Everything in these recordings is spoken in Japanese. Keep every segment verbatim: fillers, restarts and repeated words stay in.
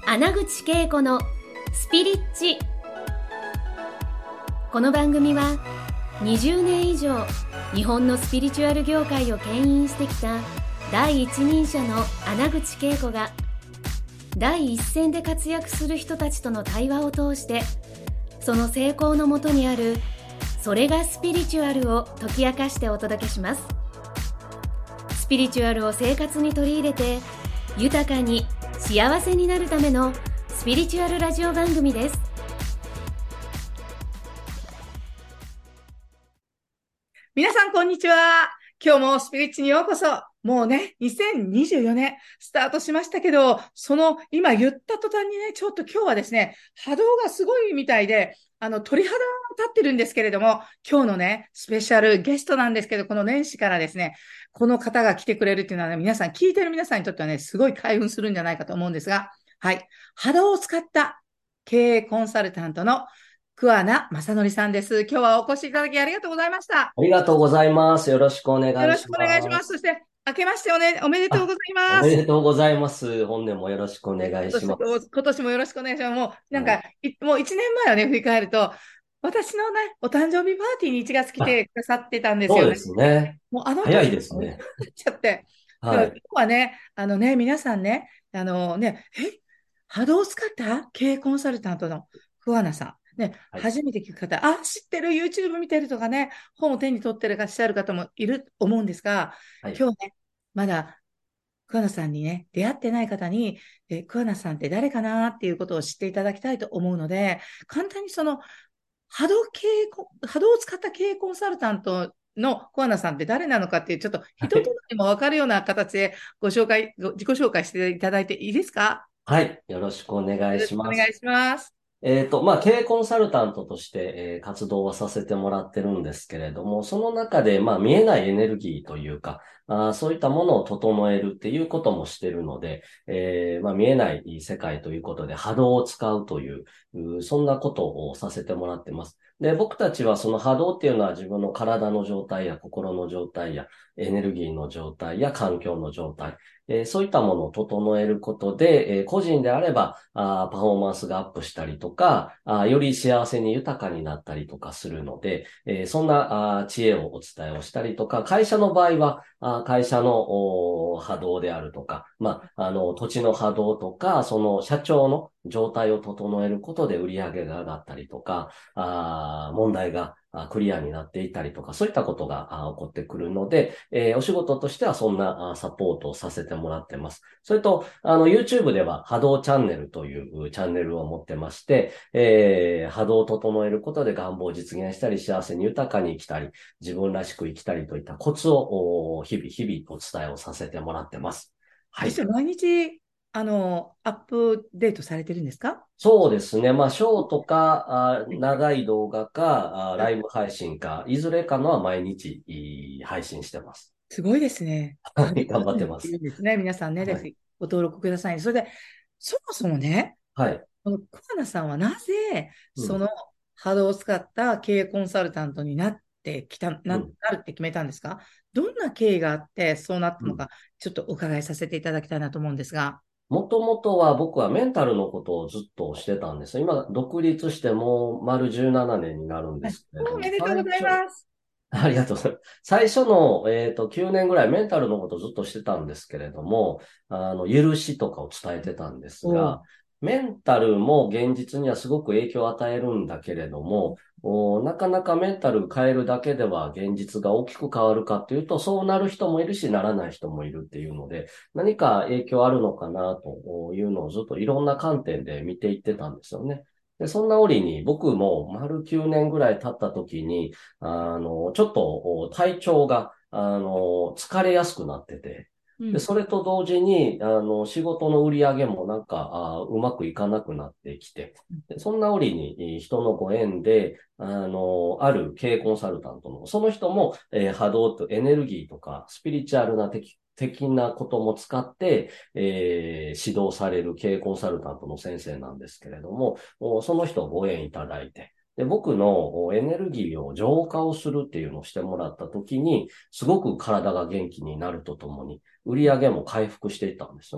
穴口恵子のスピリッチ。この番組はにじゅうねん以上日本のスピリチュアル業界を牽引してきた第一人者の穴口恵子が第一線で活躍する人たちとの対話を通して、その成功のもとにあるそれがスピリチュアルを解き明かしてお届けします。スピリチュアルを生活に取り入れて豊かに幸せになるためのスピリチュアルラジオ番組です。 皆さんこんにちは。今日もスピリッチにようこそ。もうね、にせんにじゅうよねんスタートしましたけど、その今言った途端にね、ちょっと今日はですね、波動がすごいみたいで、あの鳥肌が立ってるんですけれども、今日のね、スペシャルゲストなんですけど、この年始からですね、この方が来てくれるっていうのはね、皆さん、聞いてる皆さんにとってはね、すごい開運するんじゃないかと思うんですが、はい。波動を使った経営コンサルタントの桑名正則さんです。今日はお越しいただきありがとうございました。 ありがとうございます。よろしくおよろし願いしくお願いします。そます。 して、明けましておね、おめでとうごあ、 ざいます。 おめでとうございます。本年もよろしくお願い今年も、 します。 今年もよろしくお願いします。もう、なんはい。 か、いもう一年前をね、振り返ると、私のね、お誕生日パーティーにいちがつ来あ、 てくださってたんですよね。 そうですね。 もうあの早い時、 ですね。 なっちゃって。だから今はい。 日はね、あのね、皆さんね、あのね、え、波動を使った経営コンサルタントの桑名さん。ね、 はい。 初めて聞く方、あ、知ってる、YouTube 見てるとかね、本を手に取ってらっしゃる方もいると思うんですが、 はい。 今日ね、まだ桑名さんにね、出会ってない方に、え、桑名さんって誰かなっていうことを知っていただきたいと思うので、簡単にその波動系、波動を使った経営コンサルタントの桑名さんって誰なのかっていう、ちょっとはい。 一言でも分かるような形でご紹介、ご自己紹介していただいていいですか？ はい。よろしくお願いよろします。 しくお願いします。 えっと、まあ、経営コンサルタントとして、えー活動はさせてもらってるんですけれども、その中で、まあ、見えないエネルギーというか、あー、そういったものを整えるっていうこともしてるので、えーまあ、見えない世界ということで波動を使うという、うーそんなことをさせてもらってます。で、僕たちはその波動っていうのは自分の体の状態や心の状態やエネルギーの状態や環境の状態、えーそういったものを整えることで、えー個人であればあー、パフォーマンスがアップしたりとか、あーより幸せに豊かになったりとかするので、えーそんなあー知恵をお伝えをしたりとか、会社の場合は、あー会社のおー波動であるとか、まあ、あの、土地の波動とか、その社長の状態を整えることで売り上げが上がったりとか、あー問題があクリアになっていたりとか、そういったことがあ起こってくるので、えーお仕事としてはそんなあサポートをさせてもらってます。それと、あの、YouTube では波動チャンネルというチャンネルを持ってまして、えー波動を整えることで願望を実現したり、幸せに豊かに生きたり、自分らしく生きたりといったコツをお日々、日々お伝えをさせてもらってます。はい。 そして毎日、あの、アップデートされてるんですか？ そうですね。まあ、ショーとか、あはい。 長い動画か、あはい。 ライブ配信か、いずれかのは毎日い配信してます。 すごいですね。 はい、 波動チ頑張ャンネルってってます。 言うんですね。皆さんね、ぜはい。 ひご登録くださいね。それで、そもそもね、 はい。 この桑名さんはなぜ、 うん。 その波動を使った経営コンサルタントになってきた、な、なうん。 るって決めたんですか？どんな経緯があってそうなったうん。 のか、ちょっとお伺いさせていただきたいなと思うんですが。 もともとは僕はメンタルのことをずっとしてたんです。今、独立してもう丸じゅうななねんになるんではい。 すけれども、 おめでとうござい最初、 ます。 ありがとうございます。最初の、えっと、きゅうねんぐらいメンタルのことをずっとしてたんですけれども、あの、許しとかを伝えてたんですおう。 が、メンタルも現実にはすごく影響を与えるんだけれども、おなかなかメンタル変えるだけでは現実が大きく変わるかというと、そうなる人もいるし、ならない人もいるっていうので、何か影響あるのかなというのをずっといろんな観点で見ていってたんですよね。で、そんな折に僕も丸きゅうねんぐらい経った時に、あの、ちょっと体調が、あの、疲れやすくなってて、で、 うん。 それと同時に、あの、仕事の売り上げもなんか、あうまくいかなくなってきて、でそんな折にえ人のご縁で、あの、ある経営コンサルタントの、その人も、えー波動とエネルギーとか、スピリチュアルな的、的なことも使って、えー指導される経営コンサルタントの先生なんですけれども、おその人をご縁いただいて、で、僕のおエネルギーを浄化をするっていうのをしてもらった時に、すごく体が元気になるとともに、売り上げも回復していったんですよね。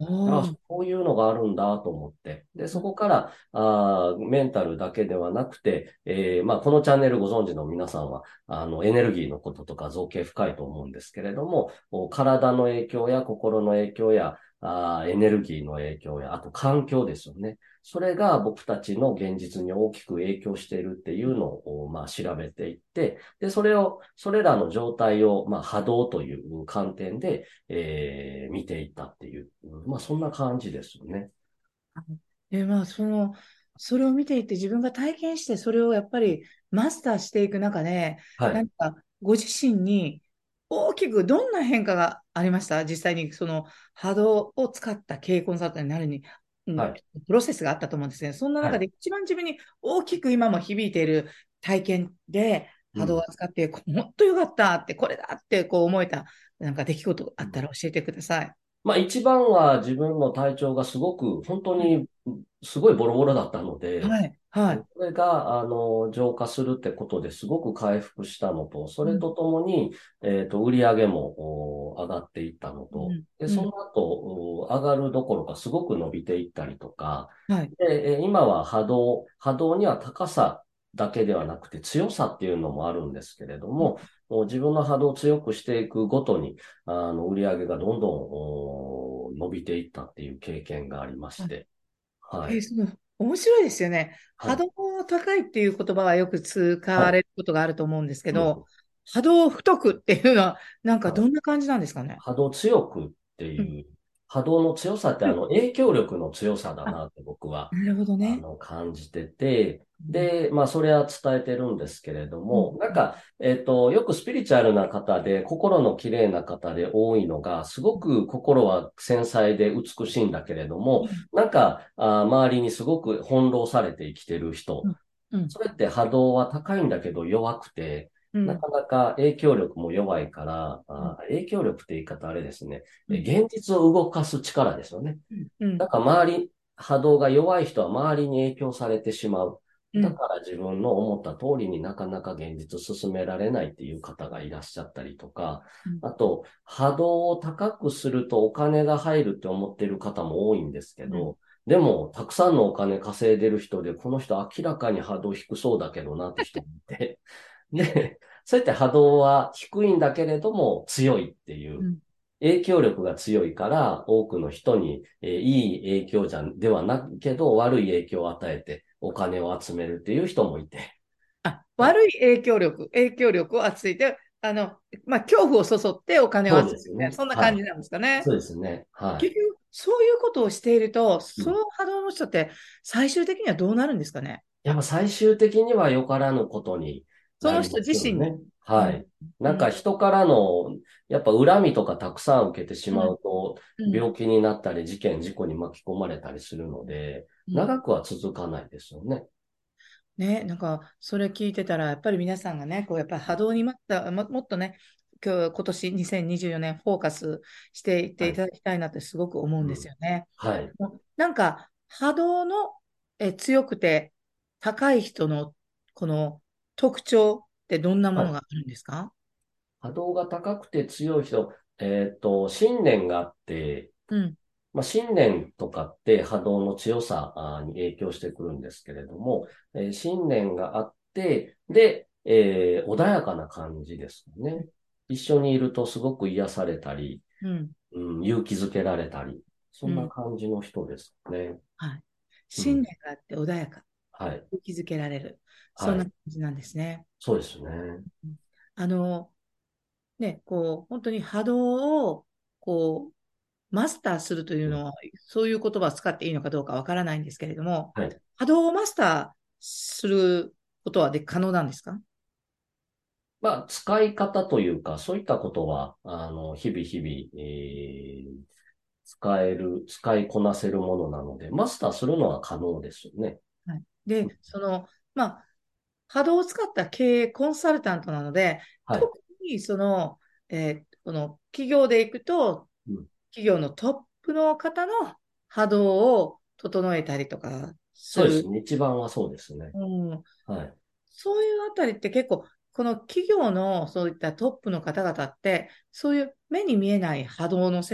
あ、 おー、 こういうのがあるんだと思って。で、そこから、あー、メンタルだけではなくて、えー、まあ、このチャンネルご存知の皆さんは、あの、エネルギーのこととか造形深いと思うんですけれども、お体の影響や心の影響や、あー、エネルギーの影響や、あと環境ですよね。それが僕たちの現実に大きく影響しているっていうのを、まあ、調べていって、で、それを、それらの状態を、まあ、波動という観点で、えー見ていったっていう、まあそんな感じですよね。 で、まあ、その、それを見ていて自分が体験して、それをやっぱりマスターしていく中で、 はい。 何かご自身に大きくどんな変化がありました？実際にその波動を使った経営コンサルタントになるに、うん、 はい。 プロセスがあったと思うんですね。そんなはい。 中で一番自分に大きく今も響いている体験で、波動をうん。 使って、こもっとよかったって、これだってこう思えた、なんか出来事があうんったら教えてください。 まあ一番は自分の体調がすごく、本当にすごいボロボロだったので、 はい、はい。 これが、あの、浄化するってことですごく回復したのと、そうん、 れとともに、えっと、売り上げもお上がっていったのと、 うん、 で、 うん。 その後、お上がるどころかすごく伸びていったりとか、 はい。 で、え今は波動、波動には高さだけではなくて強さっていうのもあるんですけれども、もう自分の波動を強くしていくごとに、あの、売り上げがどんどんお伸びていったっていう経験がありまして、はい。 えーその、面白いですよね。 はい。 波動高いっていう言葉はよく使はい。 われることがあると思うんですけうん。 ど、波動太くっていうのは、なんかはい。 どんな感じなんですかね。 波動強くってうん。 いう、波動の強さってあの影響力の強さだあ、 なって僕はなるほどね。 あの感じてて、 うん。 で、まあそれは伝えてるんですけれどうん。 も、なんか、えっと、よくスピリチュアルな方で、心の綺麗な方で多いのが、すごく心は繊細で美しいんだけれども、 うん。 なんか、あ周りにすごく翻弄されて生きてる人、 うん。うん。 それって波動は高いんだけど弱くて、 うん。 なかなか影響力も弱いから、 うん。 あ影響力って言い方あれですね。えうん。 現実を動かす力ですよね。 うん。 だから周り、波動が弱い人は周りに影響されてしまう。 うん。 だから自分の思った通りになかなか現実進められないっていう方がいらっしゃったりとか、 うん。 あと、波動を高くするとお金が入るって思ってる方も多いんですけうん。 ど、でも、たくさんのお金稼いでる人で、この人明らかに波動低そうだけどなって人もいて、で、そうやって波動は低いんだけれども強いっていう、 うん。 影響力が強いから多くの人に、えーいい影響じゃん、ではないけど悪い影響を与えてお金を集めるっていう人もいて、 あ、 はい。 悪い影響力、影響力をついて、あの、まあ、恐怖を誘ってお金をそう集める。 ですね。 そんなはい。 感じなんですかね。 そうですね。はい。 結局、そういうことをしていると、 うん。 その波動の人って最終的にはどうなるんですかね。 やっぱ最終的には良からぬことにその人なります自身に。 よね。 うん。 はい。なんかうん。 人からの、やっぱ恨みとかたくさん受けてしうん。 まうと、 うん。 病気になったり、事件、事故に巻き込まれたりするので、 うん。 長くは続かないですよね。 ね、なんか、それ聞いてたら、やっぱり皆さんがね、こう、やっぱり波動にまった、も、もっとね、今日、今年にせんにじゅうよねんフォーカスしていってはい。 いただきたいなってすごく思うんですうん。 よね。 はい。 なんか、波動のえ強くて高い人のこの特徴ってどんなもはい。 のがあるんですか？ 波動が高くて強い人、えっと、信念があって、 うん。 まあ、信念とかって波動の強さあに影響してくるんですけれども、えー信念があって、で、えー穏やかな感じですね。一緒にいるとすごく癒されたり、 うん。 うん、勇気づけられたり、そんなうん。 感じの人ですね。 はい。信うん。 念があって穏やか。 はい。 気づけられる。そんはい。 な感じなんですね。 そうですね。 うん。あの、ね、こう、本当に波動を、こう、マスターするといううん。 のは、そういう言葉を使っていいのかどうかわからないんですけれども、 はい。 波動をマスターすることはで可能なんですか？ まあ、使い方というか、そういったことは、あの、日々日々、えー使える、使いこなせるものなので、マスターするのは可能ですよね。 はい。で、その、まあ、波動を使った経営コンサルタントなので、 はい。 特にその、えーこの企業で行くと、 うん。 企業のトップの方の波動を整えたりとかする。 そうですね。一番はそうですね。 うん、 はい。 そういうあたりって結構、この企業のそういったトップの方々って、そういう目に見えない波動の世界っ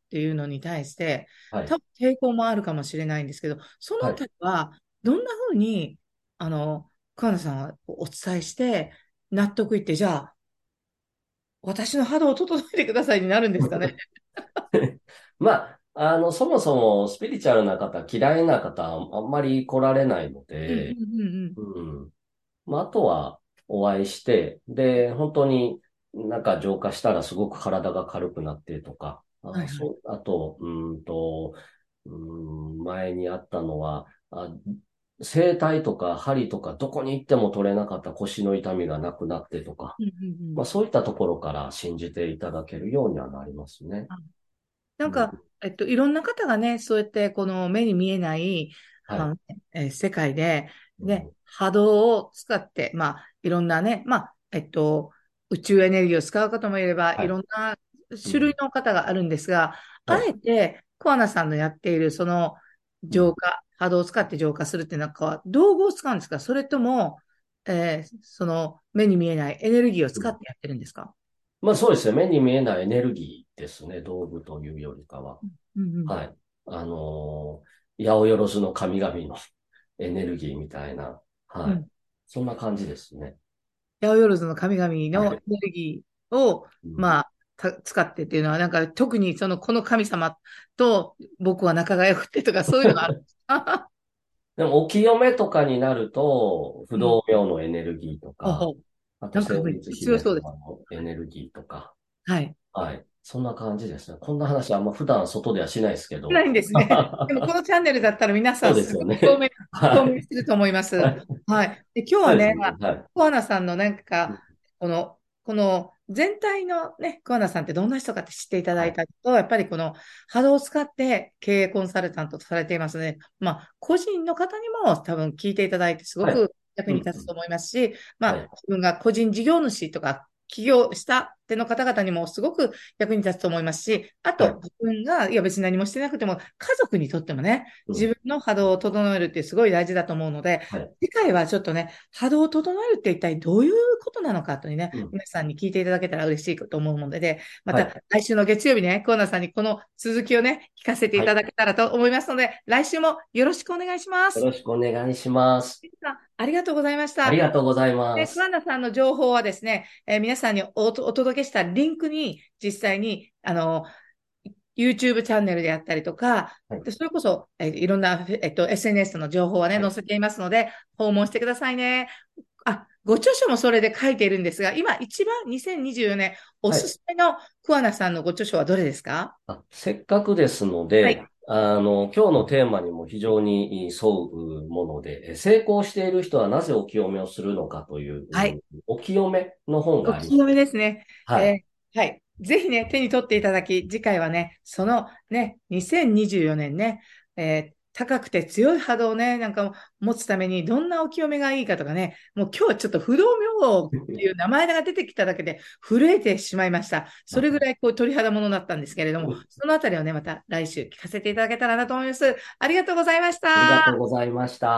っていうのに対して、 はい。 多分抵抗もあるかもしれないんですけど、そのあはい。 たりは、どんな風に、あの、桑名さんはお伝えして、納得いって、じゃあ、私の肌を整えてくださいになるんですかね。 まあ、あの、そもそもスピリチュアルな方、嫌いな方、あんまり来られないのうんで、 うんうん。まあ、あとはお会いして、で、本当になんか浄化したらすごく体が軽くなってとか、 うん。はあ、 いはい。 そう、あと、うーんと、うーん、前にあったのは、あ、整体とか針とかどこに行っても取れなかった腰の痛みがなくなってとか、 うんうんうん。 まあそういったところから信じていただけるようにはなりますね。 あ、なうん、 んか、えっと、いろんな方がね、そうやってこの目に見えない、 はい。 あのえー世界で、ね、 うん、 波動を使って、まあ、いろんなね、まあ、えっと、宇宙エネルギーを使う方もいれば、いはい。 ろんなうん、 種類の方があるんですが、あはい。 えて、コアナさんのやっている、そのうん、 浄化、波動を使って浄化するっていうのは、道具を使うんですか？それとも、えーその目に見えないエネルギーをうん。 使ってやってるんですか？ まあそうですね。目に見えないエネルギーですね。道具というよりかは。 うんうん。 はい。あのー、八百万の神々のエネルギーみたいな。はい。 うん。 そんな感じですね。 八百万の神々 はい。 のエネルギーを、 うん、 まあ、た使ってっていうのは、なんか特にその、この神様と僕は仲が良くてとか、そういうのがあるんですか？ でも、お清めとかになると、不うん。 動明のエネルギーとか、 ほうほう。 あと、 なんか成めっちゃ強立姫そうです。 様のエネルギーとか、 はい。 はい。そんな感じですね。こんな話あんま普段外ではしないですけど。 ないんですね。でもこのチャンネルだったら皆さそうでんすごすよね。 い共鳴、共はい。 鳴すると思います。 はい。 はい。で、今日はね、 そうですね。 まあ、 はい。 桑名さんのなんうん、 か、この、この全体のね、桑名さんってどんな人かって知っていただはい。 いたと、やっぱりこの波動を使って経営コンサルタントとされていますので、まあ、個人の方にも多分聞いていただいてすごはい。 く役うん、うん。 に立つと思いますし、まあ、 はい。 自分が個人事業主とか、起業した手の方々にもすごく役に立つと思いますし、あはい。 と自分が、いや別に何もしてなくても、家族にとってもね、 うん。 自分の波動を整えるってすごい大事だと思うので、 はい。 次回はちょっとね、波動を整えるって一体どういうことなのかというね、 うん。 皆さんに聞いていただけたら嬉しいと思うので、でまたはい。 来週の月曜日ね、コーナーさんにこの続きをね、聞かせていはい。 ただけたらと思いますので、来週もよろしくお願いします。 よろしくお願いします。 ありがとうございましありた。 がとうございまで、桑す。 名さんの情報はですね、えー皆さんにお、お届けしたリンクに実際に、あの、YouTube チャンネルであったりとか、 はい。 でそれこそ、えーいろんな、えっと、エスエヌエス の情報はね、 はい。 載せていますので、訪問してくださいね。あ、ご著書もそれで書いているんですが、今一番にせんにじゅうよねんおはい。 すすめの桑名さんのご著書はどれですか？ あ、せっかくですのはい。 で、あの、今日のテーマにも非常に沿うもので、え成功している人はなぜお清めをするのかという、 はい。 うん、お清めの本があります。 お清めですね。 はい。 えーはい。ぜひね、手に取っていただき、次回はね、そのね、にせんにじゅうよねんね、えー高くて強い波動をね、なんか持つためにどんなお清めがいいかとかね、もう今日はちょっと不動明王っていう名前が出てきただけで震えてしまいました。それぐらいこう鳥肌ものだったんですけれども、そのあたりをね、また来週聞かせていただけたらなと思います。ありがとうございましありがとうた。 ございました。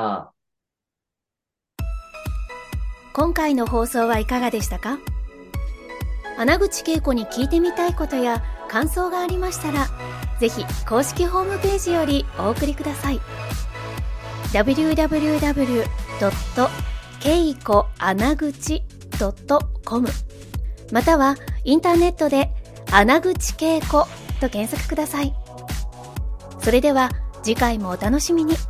今回の放送はいかがでしたか？穴口恵子に聞いてみたいことや感想がありましたら、ぜひ公式ホームページよりお送りください。ダブリューダブリューダブリュードットケイコアナグチドットコム またはインターネットで穴口恵子と検索ください。それでは次回もお楽しみに。